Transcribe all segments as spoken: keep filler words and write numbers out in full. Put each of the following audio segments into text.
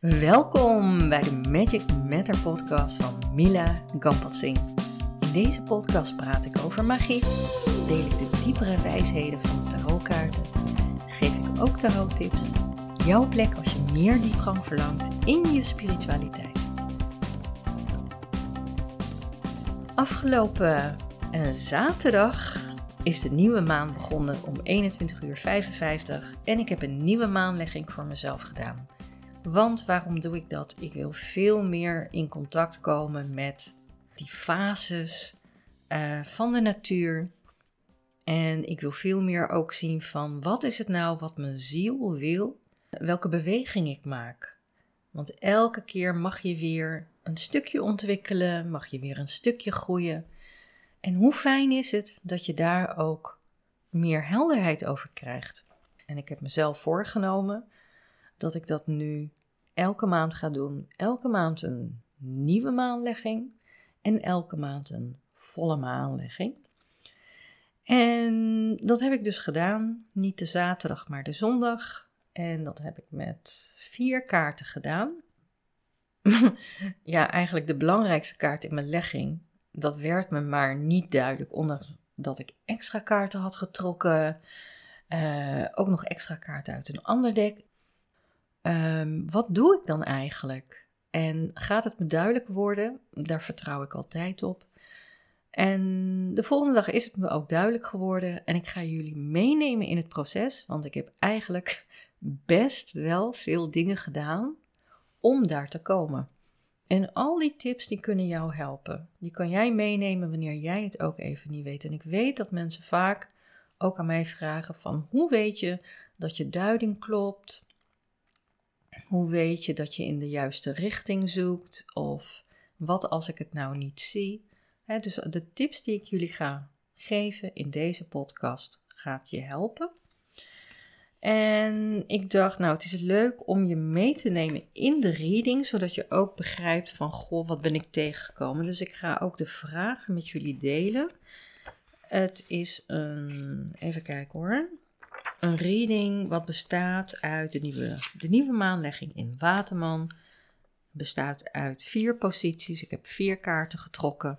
Welkom bij de Magic Matter podcast van Mila Gampatsing. In deze podcast praat ik over magie, deel ik de diepere wijsheden van de tarotkaarten, geef ik ook tarottips, jouw plek als je meer diepgang verlangt in je spiritualiteit. Afgelopen uh, zaterdag is de nieuwe maan begonnen om eenentwintig uur vijfenvijftig en ik heb een nieuwe maanlegging voor mezelf gedaan. Want waarom doe ik dat? Ik wil veel meer in contact komen met die fases uh, van de natuur. En ik wil veel meer ook zien van wat is het nou wat mijn ziel wil, welke beweging ik maak. Want elke keer mag je weer een stukje ontwikkelen, mag je weer een stukje groeien. En hoe fijn is het dat je daar ook meer helderheid over krijgt. En ik heb mezelf voorgenomen dat ik dat nu elke maand ga doen. Elke maand een nieuwe maanlegging en elke maand een volle maanlegging. En dat heb ik dus gedaan, niet de zaterdag, maar de zondag. En dat heb ik met vier kaarten gedaan. Ja, eigenlijk de belangrijkste kaart in mijn legging. Dat werd me maar niet duidelijk, ondanks dat ik extra kaarten had getrokken. Uh, ook nog extra kaarten uit een ander deck. Um, wat doe ik dan eigenlijk? En gaat het me duidelijk worden? Daar vertrouw ik altijd op. En de volgende dag is het me ook duidelijk geworden. En ik ga jullie meenemen in het proces. Want ik heb eigenlijk best wel veel dingen gedaan om daar te komen. En al die tips die kunnen jou helpen. Die kan jij meenemen wanneer jij het ook even niet weet. En ik weet dat mensen vaak ook aan mij vragen van hoe weet je dat je duiding klopt? Hoe weet je dat je in de juiste richting zoekt? Of wat als ik het nou niet zie? He, dus de tips die ik jullie ga geven in deze podcast gaat je helpen. En ik dacht, nou het is leuk om je mee te nemen in de reading, zodat je ook begrijpt van, goh, wat ben ik tegengekomen? Dus ik ga ook de vragen met jullie delen. Het is een, even kijken hoor, een reading wat bestaat uit de nieuwe, de nieuwe maanlegging in Waterman. Bestaat uit vier posities, ik heb vier kaarten getrokken.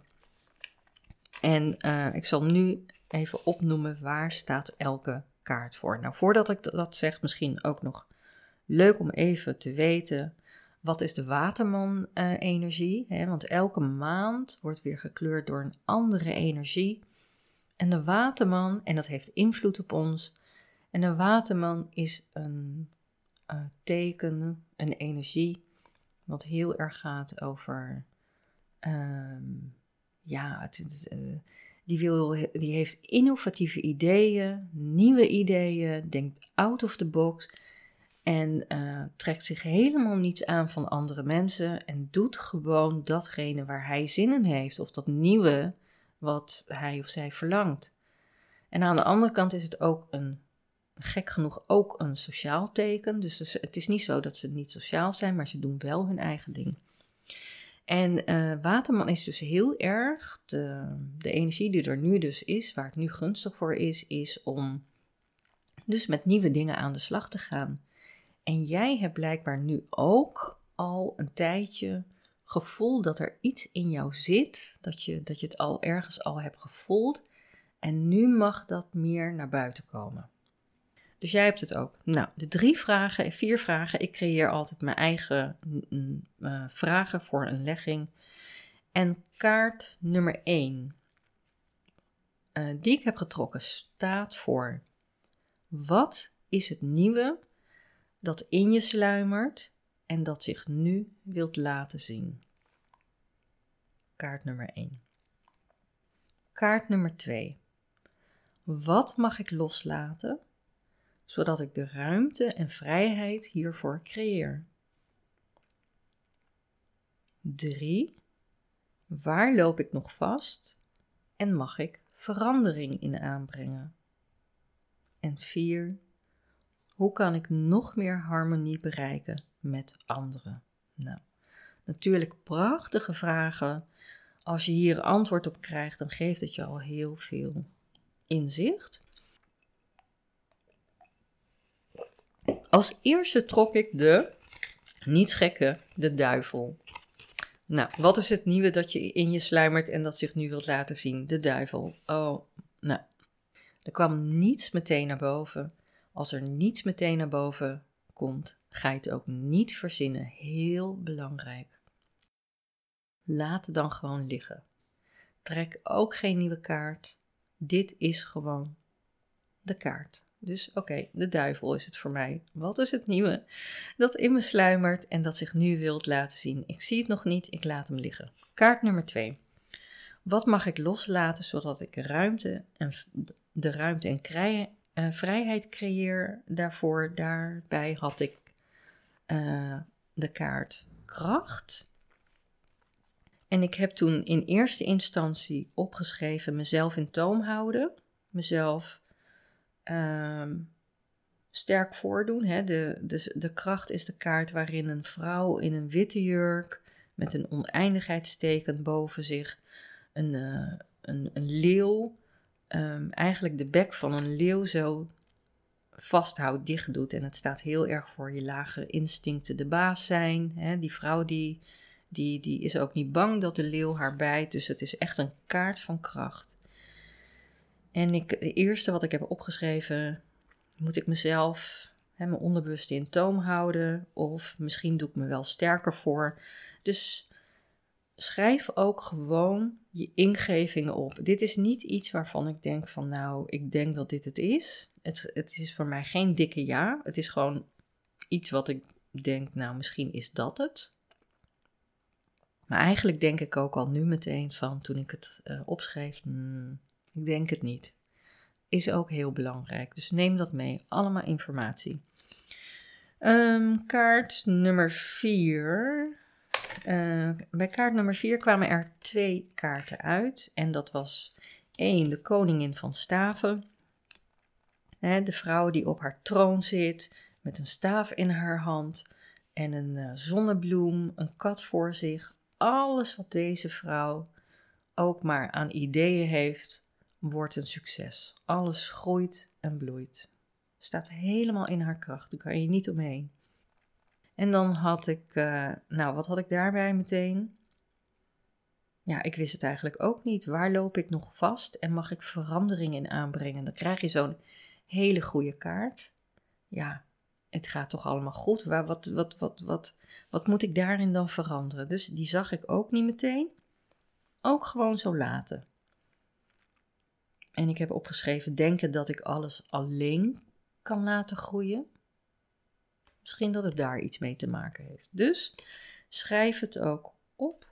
En uh, ik zal nu even opnoemen waar staat elke kaart voor. Nou, voordat ik dat zeg, misschien ook nog leuk om even te weten, wat is de Waterman-energie? Uh, want elke maand wordt weer gekleurd door een andere energie. En de Waterman, en dat heeft invloed op ons. En de Waterman is een uh, teken, een energie, wat heel erg gaat over, uh, ja, het, het, uh, die, wil, die heeft innovatieve ideeën, nieuwe ideeën, denkt out of the box en uh, trekt zich helemaal niets aan van andere mensen en doet gewoon datgene waar hij zin in heeft of dat nieuwe wat hij of zij verlangt. En aan de andere kant is het ook een, gek genoeg ook een sociaal teken. Dus het is niet zo dat ze niet sociaal zijn, maar ze doen wel hun eigen ding. En uh, Waterman is dus heel erg, de, de energie die er nu dus is, waar het nu gunstig voor is, is om dus met nieuwe dingen aan de slag te gaan. En jij hebt blijkbaar nu ook al een tijdje gevoel dat er iets in jou zit, dat je, dat je het al ergens al hebt gevoeld. En nu mag dat meer naar buiten komen. Dus jij hebt het ook. Nou, de drie vragen, vier vragen. Ik creëer altijd mijn eigen uh, vragen voor een legging. En kaart nummer één, uh, die ik heb getrokken, staat voor: wat is het nieuwe dat in je sluimert en dat zich nu wilt laten zien? Kaart nummer één. Kaart nummer twee. Wat mag ik loslaten, zodat ik de ruimte en vrijheid hiervoor creëer? drie. Waar loop ik nog vast en mag ik verandering in aanbrengen? En vier. Hoe kan ik nog meer harmonie bereiken met anderen? Nou, natuurlijk prachtige vragen. Als je hier antwoord op krijgt, dan geeft het je al heel veel inzicht. Als eerste trok ik de Niets gekke, de duivel. Nou, wat is het nieuwe dat je in je sluimert en dat zich nu wilt laten zien? De duivel. Oh, nou, er kwam niets meteen naar boven. Als er niets meteen naar boven komt, ga je het ook niet verzinnen. Heel belangrijk. Laat het dan gewoon liggen. Trek ook geen nieuwe kaart. Dit is gewoon de kaart. Dus oké, okay, de duivel is het voor mij. Wat is het nieuwe dat in me sluimert en dat zich nu wilt laten zien? Ik zie het nog niet, ik laat hem liggen. Kaart nummer twee. Wat mag ik loslaten zodat ik ruimte en de ruimte en krij, uh, vrijheid creëer daarvoor? Daarbij had ik uh, de kaart kracht. En ik heb toen in eerste instantie opgeschreven mezelf in toom houden. Mezelf um, sterk voordoen. Hè. De, de, de kracht is de kaart waarin een vrouw in een witte jurk met een oneindigheidsteken boven zich een, uh, een, een leeuw, um, eigenlijk de bek van een leeuw zo vasthoudt, dicht doet. En het staat heel erg voor je lage instincten de baas zijn. Hè. Die vrouw die... Die, die is ook niet bang dat de leeuw haar bijt. Dus het is echt een kaart van kracht. En ik, de eerste wat ik heb opgeschreven, moet ik mezelf, hè, mijn onderbewuste in toom houden. Of misschien doe ik me wel sterker voor. Dus schrijf ook gewoon je ingevingen op. Dit is niet iets waarvan ik denk van nou, ik denk dat dit het is. Het, het is voor mij geen dikke ja. Het is gewoon iets wat ik denk, nou misschien is dat het. Maar eigenlijk denk ik ook al nu meteen van, toen ik het uh, opschreef, hmm, ik denk het niet. Is ook heel belangrijk, dus neem dat mee, allemaal informatie. Um, kaart nummer vier. Uh, bij kaart nummer vier kwamen er twee kaarten uit. En dat was één, de koningin van staven. Hè, de vrouw die op haar troon zit, met een staaf in haar hand en een uh, zonnebloem, een kat voor zich. Alles wat deze vrouw ook maar aan ideeën heeft, wordt een succes. Alles groeit en bloeit. Staat helemaal in haar kracht, daar kan je niet omheen. En dan had ik, uh, nou wat had ik daarbij meteen? Ja, ik wist het eigenlijk ook niet. Waar loop ik nog vast en mag ik verandering in aanbrengen? Dan krijg je zo'n hele goede kaart. Ja, het gaat toch allemaal goed. Waar, wat, wat, wat, wat, wat moet ik daarin dan veranderen? Dus die zag ik ook niet meteen. Ook gewoon zo laten. En ik heb opgeschreven, denken dat ik alles alleen kan laten groeien. Misschien dat het daar iets mee te maken heeft. Dus schrijf het ook op.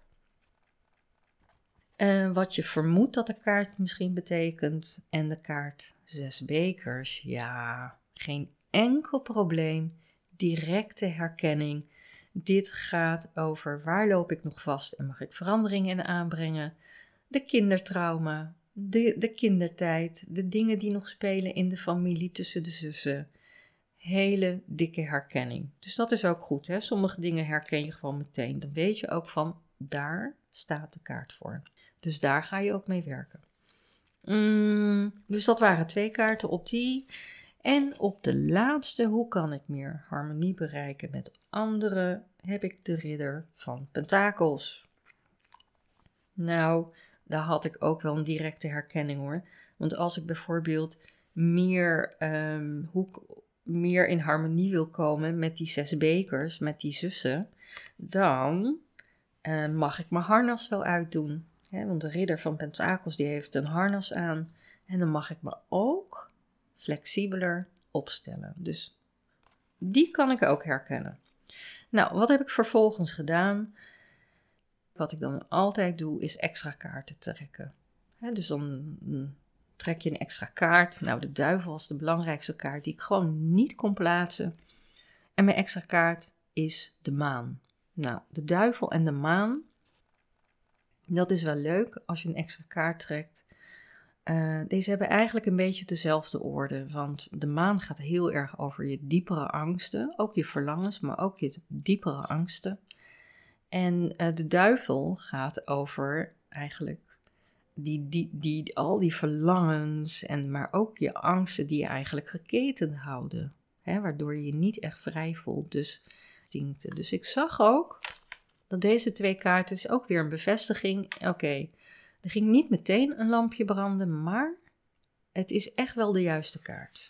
Uh, wat je vermoedt dat de kaart misschien betekent. En de kaart zes bekers. Ja, geen enkel probleem. Directe herkenning. Dit gaat over waar loop ik nog vast en mag ik veranderingen in aanbrengen. De kindertrauma, de, de kindertijd, de dingen die nog spelen in de familie tussen de zussen. Hele dikke herkenning. Dus dat is ook goed, hè? Sommige dingen herken je gewoon meteen. Dan weet je ook van, daar staat de kaart voor. Dus daar ga je ook mee werken. Mm, dus dat waren twee kaarten op die. En op de laatste, hoe kan ik meer harmonie bereiken met anderen, heb ik de ridder van pentakels. Nou, daar had ik ook wel een directe herkenning hoor. Want als ik bijvoorbeeld meer, um, hoe, meer in harmonie wil komen met die zes bekers, met die zussen, dan uh, mag ik mijn harnas wel uitdoen. Hè? Want de ridder van pentakels die heeft een harnas aan. En dan mag ik me ook flexibeler opstellen. Dus die kan ik ook herkennen. Nou, wat heb ik vervolgens gedaan? Wat ik dan altijd doe, is extra kaarten trekken. He, dus dan trek je een extra kaart. Nou, de duivel was de belangrijkste kaart die ik gewoon niet kon plaatsen. En mijn extra kaart is de maan. Nou, de duivel en de maan, dat is wel leuk als je een extra kaart trekt. Uh, deze hebben eigenlijk een beetje dezelfde orde, want de maan gaat heel erg over je diepere angsten, ook je verlangens, maar ook je diepere angsten. En uh, de duivel gaat over eigenlijk die, die, die, al die verlangens, en, maar ook je angsten die je eigenlijk geketend houden, hè, waardoor je je niet echt vrij voelt. Dus instincten. Dus ik zag ook dat deze twee kaarten is ook weer een bevestiging. Oké, okay, er ging niet meteen een lampje branden, maar het is echt wel de juiste kaart.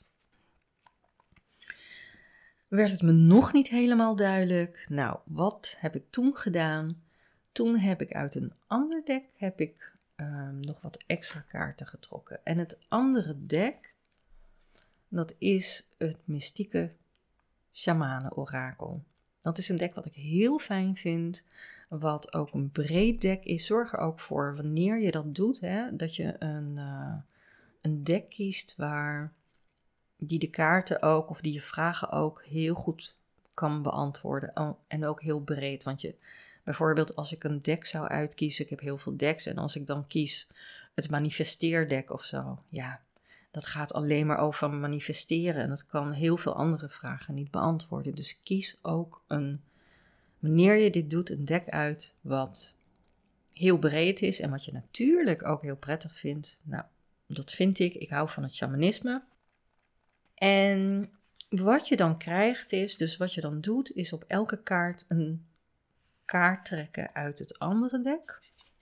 Werd het me nog niet helemaal duidelijk? Nou, wat heb ik toen gedaan? Toen heb ik uit een ander deck heb ik, um, nog wat extra kaarten getrokken. En het andere deck, dat is het mystieke Shamanen-orakel. Dat is een deck wat ik heel fijn vind, wat ook een breed deck is. Zorg er ook voor, wanneer je dat doet, hè, dat je een, uh, een deck kiest waar die de kaarten ook, of die je vragen ook heel goed kan beantwoorden. En ook heel breed, want je, bijvoorbeeld als ik een deck zou uitkiezen, ik heb heel veel decks, en als ik dan kies het manifesteerdek of zo, ja, dat gaat alleen maar over manifesteren en dat kan heel veel andere vragen niet beantwoorden. Dus kies ook een, wanneer je dit doet, een deck uit wat heel breed is en wat je natuurlijk ook heel prettig vindt. Nou, dat vind ik. Ik hou van het shamanisme. En wat je dan krijgt is, dus wat je dan doet, is op elke kaart een kaart trekken uit het andere deck.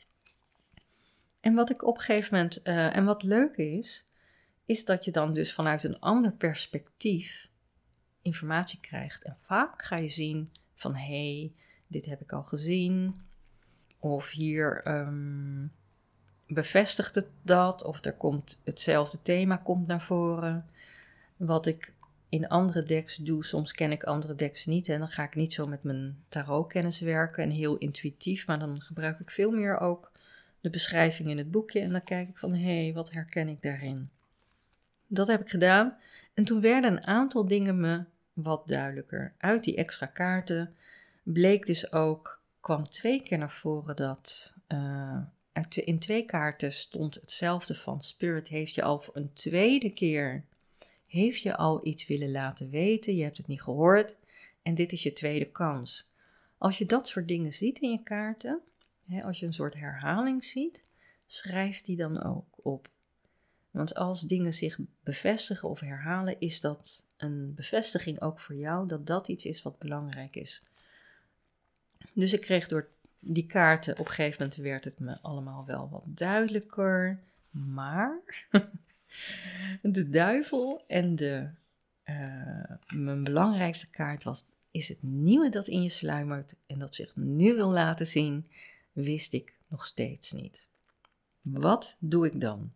En wat ik op een gegeven moment, uh, en wat leuk is, is dat je dan dus vanuit een ander perspectief informatie krijgt. En vaak ga je zien van, hé, hey, dit heb ik al gezien. Of hier um, bevestigt het dat. Of er komt hetzelfde thema komt naar voren. Wat ik in andere decks doe, soms ken ik andere decks niet. En dan ga ik niet zo met mijn tarotkennis werken en heel intuïtief. Maar dan gebruik ik veel meer ook de beschrijving in het boekje. En dan kijk ik van, hé, hey, wat herken ik daarin? Dat heb ik gedaan. En toen werden een aantal dingen me wat duidelijker. Uit die extra kaarten bleek dus ook, kwam twee keer naar voren dat uh, in twee kaarten stond hetzelfde van Spirit heeft je al voor een tweede keer, heeft je al iets willen laten weten, je hebt het niet gehoord en dit is je tweede kans. Als je dat soort dingen ziet in je kaarten, hè, als je een soort herhaling ziet, schrijf die dan ook op. Want als dingen zich bevestigen of herhalen, is dat een bevestiging ook voor jou dat dat iets is wat belangrijk is. Dus ik kreeg door die kaarten, op een gegeven moment werd het me allemaal wel wat duidelijker. Maar de duivel en de, uh, mijn belangrijkste kaart was, is het nieuwe dat in je sluimert en dat zich nu wil laten zien, wist ik nog steeds niet. Wat doe ik dan?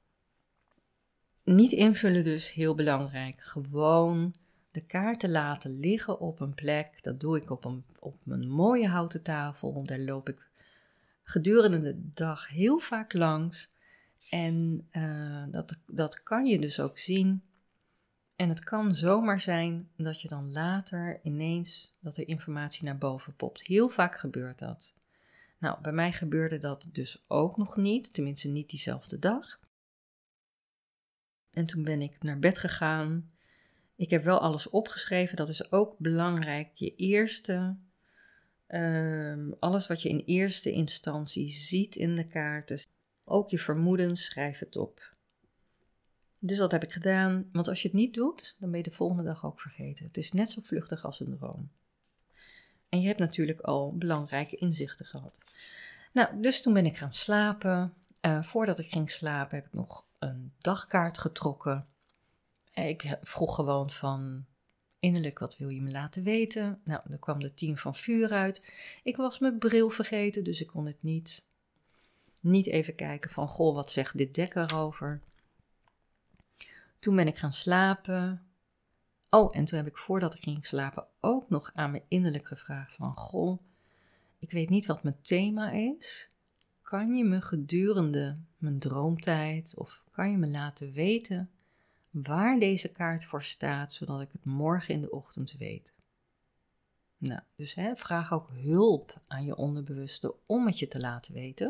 Niet invullen dus, heel belangrijk. Gewoon de kaarten laten liggen op een plek. Dat doe ik op een, op een mooie houten tafel. Daar loop ik gedurende de dag heel vaak langs. En uh, dat, dat kan je dus ook zien. En het kan zomaar zijn dat je dan later ineens, dat er informatie naar boven popt. Heel vaak gebeurt dat. Nou, bij mij gebeurde dat dus ook nog niet. Tenminste niet diezelfde dag. En toen ben ik naar bed gegaan. Ik heb wel alles opgeschreven, dat is ook belangrijk. Je eerste, um, alles wat je in eerste instantie ziet in de kaarten, ook je vermoedens, schrijf het op. Dus dat heb ik gedaan, want als je het niet doet, dan ben je de volgende dag ook vergeten. Het is net zo vluchtig als een droom. En je hebt natuurlijk al belangrijke inzichten gehad. Nou, dus toen ben ik gaan slapen. Uh, voordat ik ging slapen heb ik nog een dagkaart getrokken. Ik vroeg gewoon van, innerlijk, wat wil je me laten weten? Nou, er kwam de tien van vuur uit. Ik was mijn bril vergeten, dus ik kon het niet, niet even kijken van, goh, wat zegt dit dek erover? Toen ben ik gaan slapen. Oh, en toen heb ik voordat ik ging slapen ook nog aan mijn innerlijk gevraagd van, goh, ik weet niet wat mijn thema is. Kan je me gedurende mijn droomtijd of kan je me laten weten waar deze kaart voor staat, zodat ik het morgen in de ochtend weet? Nou, dus hè, vraag ook hulp aan je onderbewuste om het je te laten weten.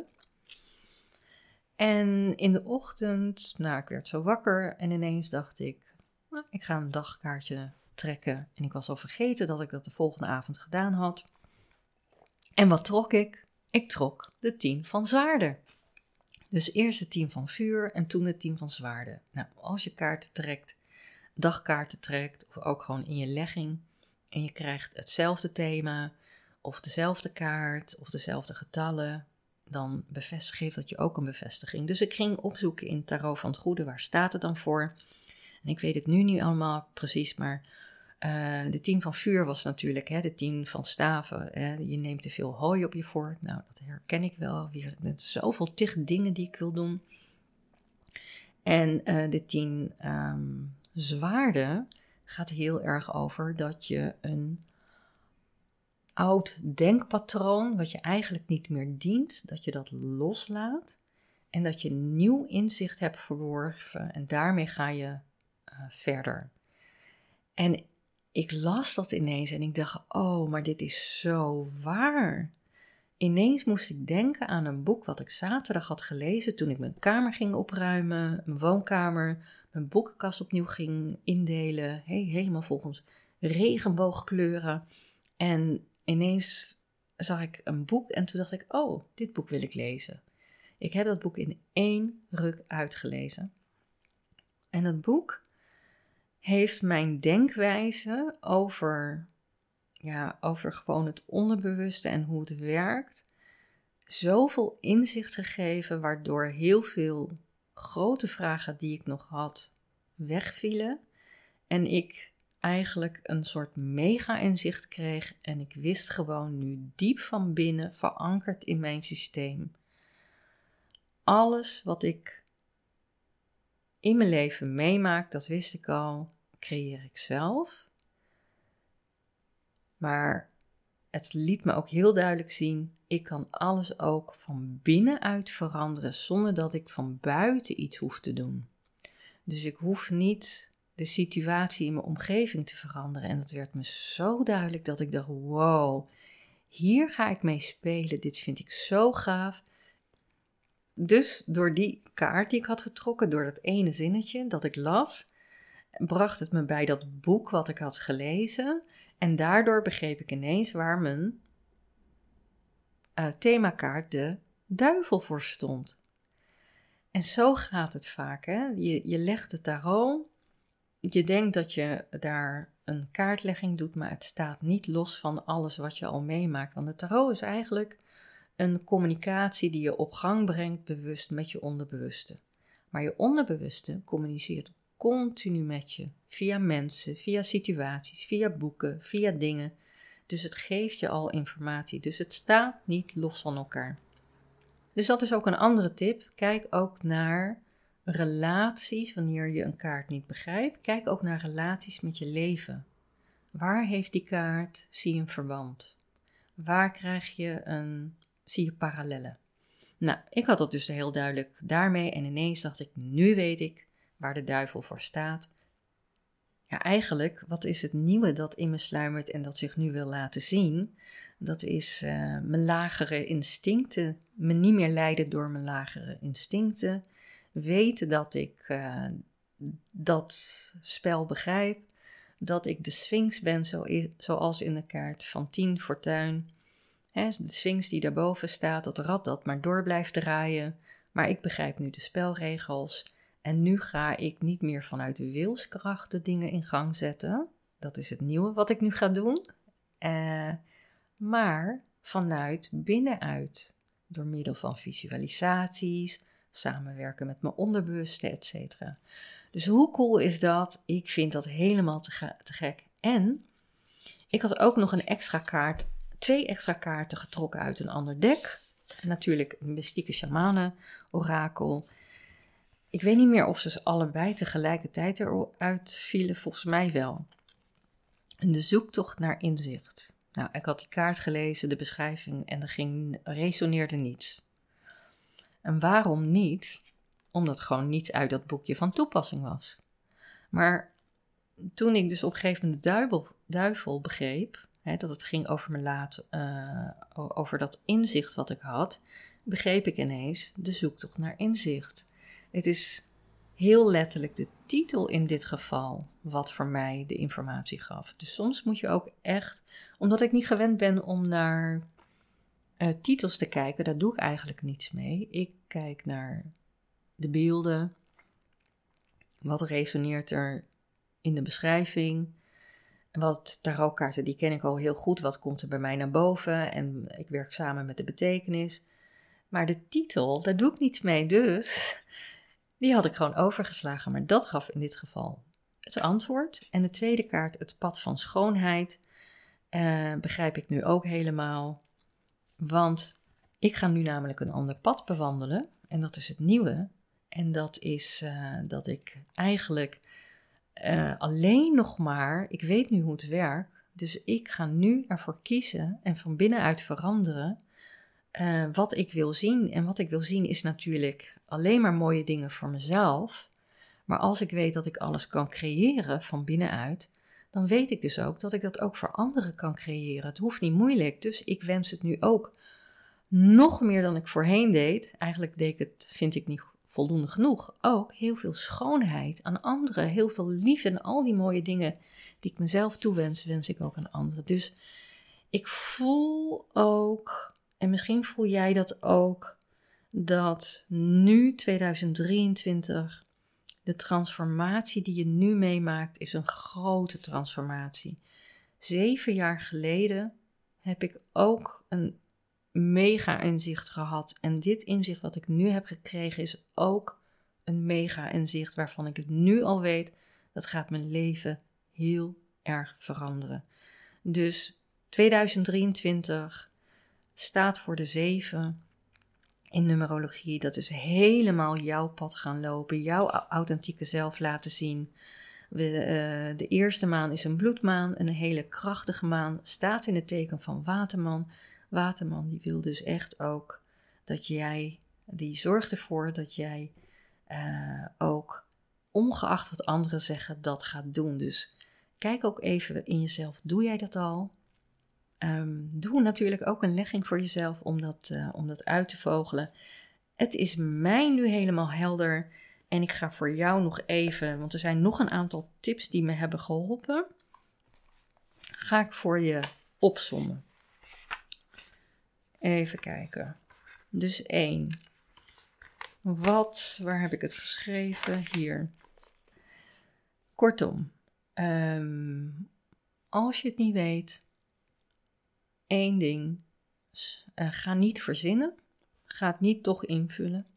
En in de ochtend, nou, ik werd zo wakker en ineens dacht ik, nou, ik ga een dagkaartje trekken. En ik was al vergeten dat ik dat de volgende avond gedaan had. En wat trok ik? Ik trok de tien van zwaarden. Dus eerst de tien van vuur en toen de tien van zwaarden. Nou, als je kaarten trekt, dagkaarten trekt, of ook gewoon in je legging, en je krijgt hetzelfde thema of dezelfde kaart of dezelfde getallen, dan bevestig, geeft dat je ook een bevestiging. Dus ik ging opzoeken in Tarot van het Goede, waar staat het dan voor? En ik weet het nu niet allemaal precies, maar uh, de tien van vuur was natuurlijk, hè, de tien van staven. Hè, je neemt te veel hooi op je vork. Nou, dat herken ik wel. Weer, het is zoveel tig dingen die ik wil doen. En uh, de tien um, zwaarden gaat heel erg over dat je een oud denkpatroon, wat je eigenlijk niet meer dient, dat je dat loslaat. En dat je nieuw inzicht hebt verworven en daarmee ga je uh, verder. En ik las dat ineens en ik dacht, oh, maar dit is zo waar. Ineens moest ik denken aan een boek wat ik zaterdag had gelezen toen ik mijn kamer ging opruimen, mijn woonkamer, mijn boekenkast opnieuw ging indelen, hey, helemaal volgens regenboogkleuren. En ineens zag ik een boek en toen dacht ik, oh, dit boek wil ik lezen. Ik heb dat boek in één ruk uitgelezen. En dat boek heeft mijn denkwijze over, ja, over gewoon het onderbewuste en hoe het werkt zoveel inzicht gegeven, waardoor heel veel grote vragen die ik nog had wegvielen. En ik eigenlijk een soort mega-inzicht kreeg en ik wist gewoon nu diep van binnen, verankerd in mijn systeem, alles wat ik in mijn leven meemaak, dat wist ik al, creëer ik zelf. Maar het liet me ook heel duidelijk zien, ik kan alles ook van binnenuit veranderen, zonder dat ik van buiten iets hoef te doen. Dus ik hoef niet de situatie in mijn omgeving te veranderen. En dat werd me zo duidelijk dat ik dacht, wow, hier ga ik mee spelen, dit vind ik zo gaaf. Dus door die kaart die ik had getrokken, door dat ene zinnetje dat ik las, bracht het me bij dat boek wat ik had gelezen. En daardoor begreep ik ineens waar mijn uh, themakaart de duivel voor stond. En zo gaat het vaak, hè? Je, je legt het tarot, je denkt dat je daar een kaartlegging doet, maar het staat niet los van alles wat je al meemaakt. Want de tarot is eigenlijk een communicatie die je op gang brengt, bewust met je onderbewuste. Maar je onderbewuste communiceert continu met je, via mensen, via situaties, via boeken, via dingen. Dus het geeft je al informatie, dus het staat niet los van elkaar. Dus dat is ook een andere tip. Kijk ook naar relaties, wanneer je een kaart niet begrijpt. Kijk ook naar relaties met je leven. Waar heeft die kaart, zie je een verband? Waar krijg je een, zie je parallellen? Nou, ik had dat dus heel duidelijk daarmee en ineens dacht ik, nu weet ik waar de duivel voor staat. Ja, eigenlijk, wat is het nieuwe dat in me sluimert en dat zich nu wil laten zien? Dat is uh, mijn lagere instincten, me niet meer leiden door mijn lagere instincten. Weten dat ik uh, dat spel begrijp, dat ik de Sphinx ben, zo is, zoals in de kaart van tien fortuin. He, de Sphinx die daarboven staat, dat rad dat maar door blijft draaien. Maar ik begrijp nu de spelregels. En nu ga ik niet meer vanuit de wilskracht de dingen in gang zetten. Dat is het nieuwe wat ik nu ga doen. Uh, maar vanuit binnenuit. Door middel van visualisaties, samenwerken met mijn onderbewuste, et cetera. Dus hoe cool is dat? Ik vind dat helemaal te, ga- te gek. En ik had ook nog een extra kaart, twee extra kaarten getrokken uit een ander deck. Natuurlijk een mystieke shamanen orakel. Ik weet niet meer of ze allebei tegelijkertijd eruit vielen, volgens mij wel. En de zoektocht naar inzicht. Nou, ik had die kaart gelezen, de beschrijving, en er ging, resoneerde niets. En waarom niet? Omdat gewoon niets uit dat boekje van toepassing was. Maar toen ik dus op een gegeven moment de duivel, duivel begreep, hè, dat het ging over, me laat, uh, over dat inzicht wat ik had, begreep ik ineens de zoektocht naar inzicht. Het is heel letterlijk de titel in dit geval wat voor mij de informatie gaf. Dus soms moet je ook echt, omdat ik niet gewend ben om naar uh, titels te kijken, daar doe ik eigenlijk niets mee. Ik kijk naar de beelden, wat resoneert er in de beschrijving, Wat tarotkaarten, die ken ik al heel goed. Wat komt er bij mij naar boven? En ik werk samen met de betekenis. Maar de titel, daar doe ik niets mee. Dus die had ik gewoon overgeslagen. Maar dat gaf in dit geval het antwoord. En de tweede kaart, het pad van schoonheid, uh, begrijp ik nu ook helemaal. Want ik ga nu namelijk een ander pad bewandelen. En dat is het nieuwe. En dat is uh, dat ik eigenlijk uh, alleen nog maar, ik weet nu hoe het werkt. Dus ik ga nu ervoor kiezen en van binnenuit veranderen uh, wat ik wil zien. En wat ik wil zien is natuurlijk alleen maar mooie dingen voor mezelf. Maar als ik weet dat ik alles kan creëren van binnenuit, dan weet ik dus ook dat ik dat ook voor anderen kan creëren. Het hoeft niet moeilijk, dus ik wens het nu ook nog meer dan ik voorheen deed. Eigenlijk deed ik het, vind ik niet voldoende genoeg. Ook heel veel schoonheid aan anderen, heel veel liefde en al die mooie dingen die ik mezelf toewens, wens ik ook aan anderen. Dus ik voel ook, en misschien voel jij dat ook, dat nu tweeduizend drieëntwintig, de transformatie die je nu meemaakt, is een grote transformatie. Zeven jaar geleden heb ik ook een mega inzicht gehad. En dit inzicht wat ik nu heb gekregen is ook een mega inzicht waarvan ik het nu al weet, dat gaat mijn leven heel erg veranderen. Dus tweeduizend drieëntwintig staat voor de zeven in numerologie. Dat is helemaal jouw pad gaan lopen, jouw authentieke zelf laten zien. We, uh, de eerste maan is een bloedmaan, een hele krachtige maan, staat in het teken van Waterman. Waterman die wil dus echt ook dat jij, die zorgt ervoor dat jij uh, ook, ongeacht wat anderen zeggen, dat gaat doen. Dus kijk ook even in jezelf, doe jij dat al? Um, doe natuurlijk ook een legging voor jezelf om dat, uh, om dat uit te vogelen. Het is mij nu helemaal helder en ik ga voor jou nog even, want er zijn nog een aantal tips die me hebben geholpen, ga ik voor je opsommen. Even kijken. Dus één. Wat, waar heb ik het geschreven? Hier. Kortom, um, als je het niet weet, één ding, uh, ga niet verzinnen, ga het niet toch invullen.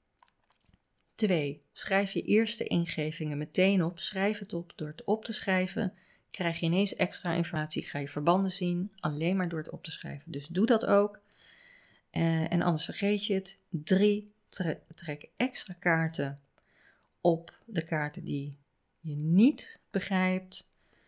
Twee, schrijf je eerste ingevingen meteen op, schrijf het op. Door het op te schrijven krijg je ineens extra informatie, ga je verbanden zien, alleen maar door het op te schrijven. Dus doe dat ook. Uh, en anders vergeet je het. Drie, tre- trek extra kaarten op de kaarten die je niet begrijpt.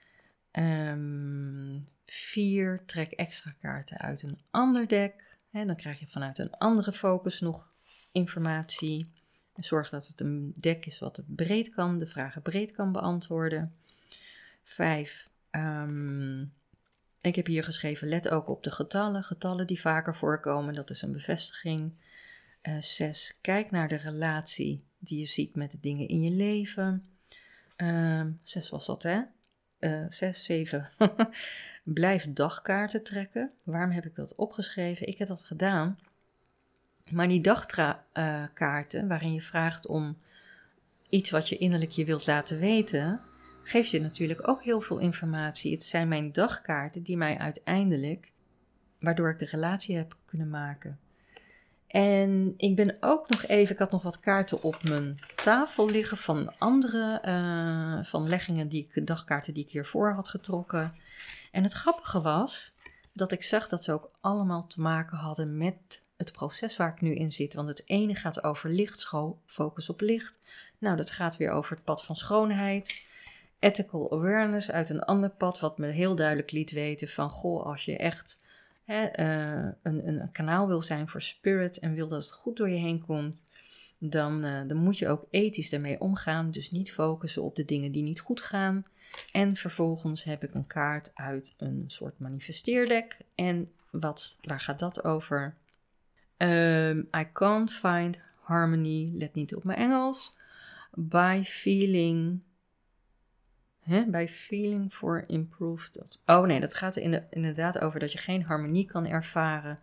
Um, vier, trek extra kaarten uit een ander deck. He, dan krijg je vanuit een andere focus nog informatie. En zorg dat het een deck is wat het breed kan, de vragen breed kan beantwoorden. Vijf, um, ik heb hier geschreven, let ook op de getallen. Getallen die vaker voorkomen, dat is een bevestiging. Uh, zes, kijk naar de relatie die je ziet met de dingen in je leven. Uh, zes was dat, hè? Uh, zes, zeven. Blijf dagkaarten trekken. Waarom heb ik dat opgeschreven? Ik heb dat gedaan. Maar die dagkaarten, uh, waarin je vraagt om iets wat je innerlijk je wilt laten weten, geeft je natuurlijk ook heel veel informatie. Het zijn mijn dagkaarten die mij uiteindelijk, waardoor ik de relatie heb kunnen maken. En ik ben ook nog even, ik had nog wat kaarten op mijn tafel liggen van andere, uh, van leggingen, die ik, dagkaarten die ik hiervoor had getrokken. En het grappige was dat ik zag dat ze ook allemaal te maken hadden met het proces waar ik nu in zit. Want het ene gaat over lichtschool, focus op licht. Nou, dat gaat weer over het pad van schoonheid. Ethical awareness uit een ander pad, wat me heel duidelijk liet weten van, goh, als je echt hè, uh, een, een kanaal wil zijn voor spirit en wil dat het goed door je heen komt, dan, uh, dan moet je ook ethisch daarmee omgaan. Dus niet focussen op de dingen die niet goed gaan. En vervolgens heb ik een kaart uit een soort manifesteerdek. En wat, waar gaat dat over? Um, I can't find harmony, let niet op mijn Engels, by feeling, hè, by feeling for improved. Oh nee, dat gaat er inderdaad over dat je geen harmonie kan ervaren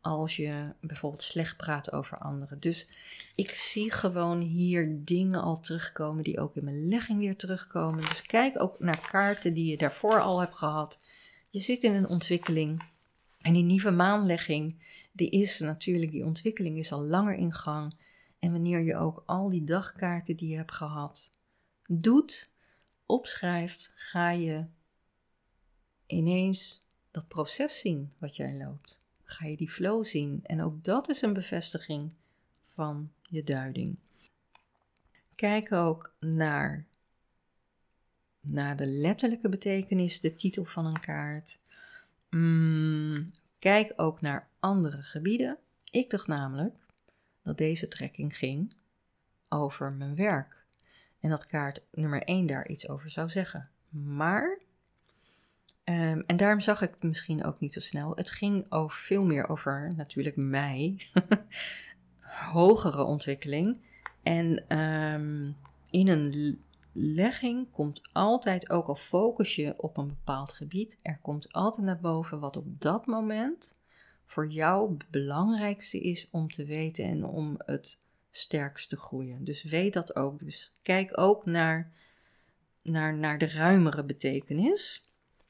als je bijvoorbeeld slecht praat over anderen. Dus ik zie gewoon hier dingen al terugkomen die ook in mijn legging weer terugkomen. Dus kijk ook naar kaarten die je daarvoor al hebt gehad. Je zit in een ontwikkeling en die nieuwe maanlegging, die is natuurlijk, die ontwikkeling is al langer in gang. En wanneer je ook al die dagkaarten die je hebt gehad doet, opschrijft, ga je ineens dat proces zien wat jij loopt. Ga je die flow zien. En ook dat is een bevestiging van je duiding. Kijk ook naar, naar de letterlijke betekenis, de titel van een kaart. Mm, kijk ook naar andere gebieden. Ik dacht namelijk dat deze trekking ging over mijn werk. En dat kaart nummer één daar iets over zou zeggen. Maar, um, en daarom zag ik het misschien ook niet zo snel. Het ging over, veel meer over natuurlijk mij. Hogere ontwikkeling. En um, in een legging komt altijd, ook al focus je op een bepaald gebied, er komt altijd naar boven wat op dat moment voor jou het belangrijkste is om te weten en om het sterkst te groeien. Dus weet dat ook. Dus kijk ook naar, naar, naar de ruimere betekenis.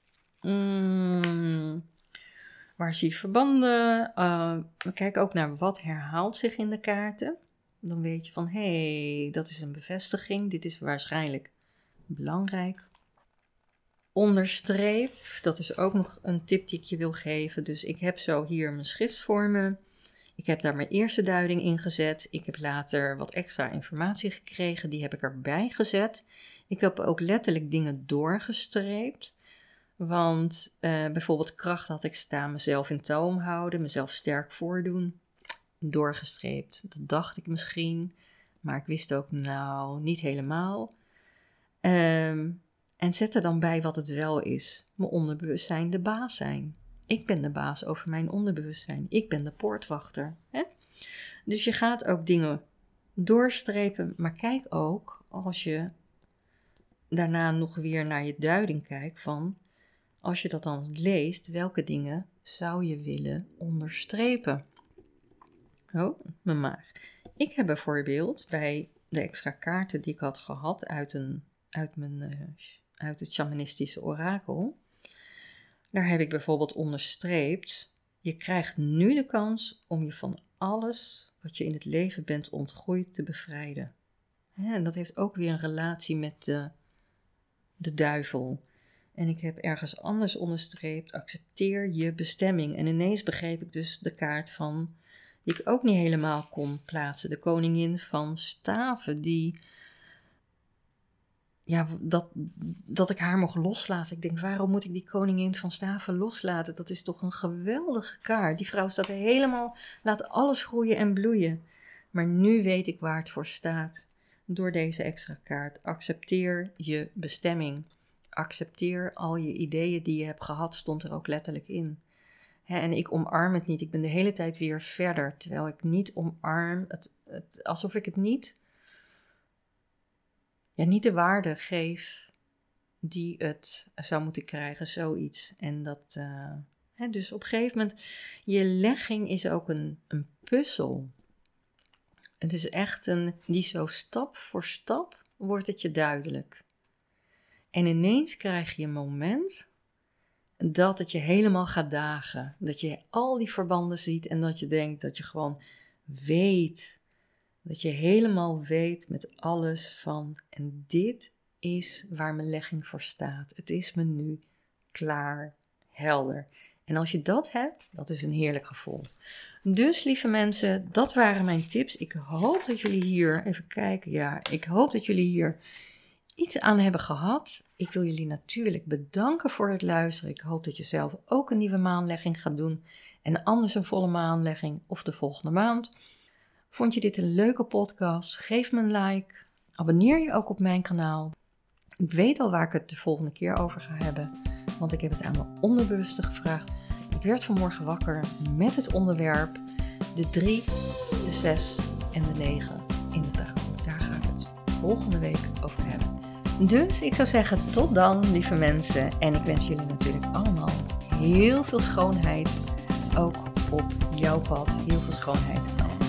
Mm, waar zie je verbanden? Uh, kijk ook naar wat herhaalt zich in de kaarten. Dan weet je van, hé, hey, dat is een bevestiging. Dit is waarschijnlijk belangrijk. Onderstreep, dat is ook nog een tip die ik je wil geven. Dus ik heb zo hier mijn schriftvormen. Ik heb daar mijn eerste duiding in gezet. Ik heb later wat extra informatie gekregen. Die heb ik erbij gezet. Ik heb ook letterlijk dingen doorgestreept. Want uh, bijvoorbeeld kracht had ik staan, mezelf in toom houden, mezelf sterk voordoen. Doorgestreept. Dat dacht ik misschien. Maar ik wist ook, nou, niet helemaal. Um, en zet er dan bij wat het wel is. Mijn onderbewustzijn de baas zijn. Ik ben de baas over mijn onderbewustzijn. Ik ben de poortwachter. Hè? Dus je gaat ook dingen doorstrepen. Maar kijk ook, als je daarna nog weer naar je duiding kijkt van, als je dat dan leest, welke dingen zou je willen onderstrepen? Oh, mijn maag. Ik heb bijvoorbeeld bij de extra kaarten die ik had gehad uit, een, uit, mijn, uh, uit het shamanistische orakel, daar heb ik bijvoorbeeld onderstreept, je krijgt nu de kans om je van alles wat je in het leven bent ontgroeid te bevrijden. Hè, en dat heeft ook weer een relatie met de, de duivel. En ik heb ergens anders onderstreept, accepteer je bestemming. En ineens begreep ik dus de kaart van, die ik ook niet helemaal kon plaatsen. De koningin van staven, die, ja, dat, dat ik haar mocht loslaten. Ik denk, waarom moet ik die koningin van staven loslaten? Dat is toch een geweldige kaart. Die vrouw staat er helemaal, laat alles groeien en bloeien. Maar nu weet ik waar het voor staat. Door deze extra kaart. Accepteer je bestemming. Accepteer al je ideeën die je hebt gehad, stond er ook letterlijk in. He, en ik omarm het niet. Ik ben de hele tijd weer verder. Terwijl ik niet omarm. Het, het, alsof ik het niet. Ja, niet de waarde geef die het zou moeten krijgen. Zoiets. En dat. Uh, he, dus op een gegeven moment. Je legging is ook een, een puzzel. Het is echt een. Die zo stap voor stap wordt het je duidelijk. En ineens krijg je een moment dat het je helemaal gaat dagen. Dat je al die verbanden ziet en dat je denkt dat je gewoon weet. Dat je helemaal weet met alles van, en dit is waar mijn legging voor staat. Het is me nu klaar, helder. En als je dat hebt, dat is een heerlijk gevoel. Dus lieve mensen, dat waren mijn tips. Ik hoop dat jullie hier, even kijken, ja, ik hoop dat jullie hier iets aan hebben gehad. Ik wil jullie natuurlijk bedanken voor het luisteren. Ik hoop dat je zelf ook een nieuwe maanlegging gaat doen. En anders een volle maanlegging of de volgende maand. Vond je dit een leuke podcast? Geef me een like. Abonneer je ook op mijn kanaal. Ik weet al waar ik het de volgende keer over ga hebben. Want ik heb het aan mijn onderbewuste gevraagd. Ik werd vanmorgen wakker met het onderwerp de drie, de zes en de negen in de tarot. Daar ga ik het volgende week over hebben. Dus ik zou zeggen tot dan, lieve mensen. En ik wens jullie natuurlijk allemaal heel veel schoonheid. Ook op jouw pad heel veel schoonheid.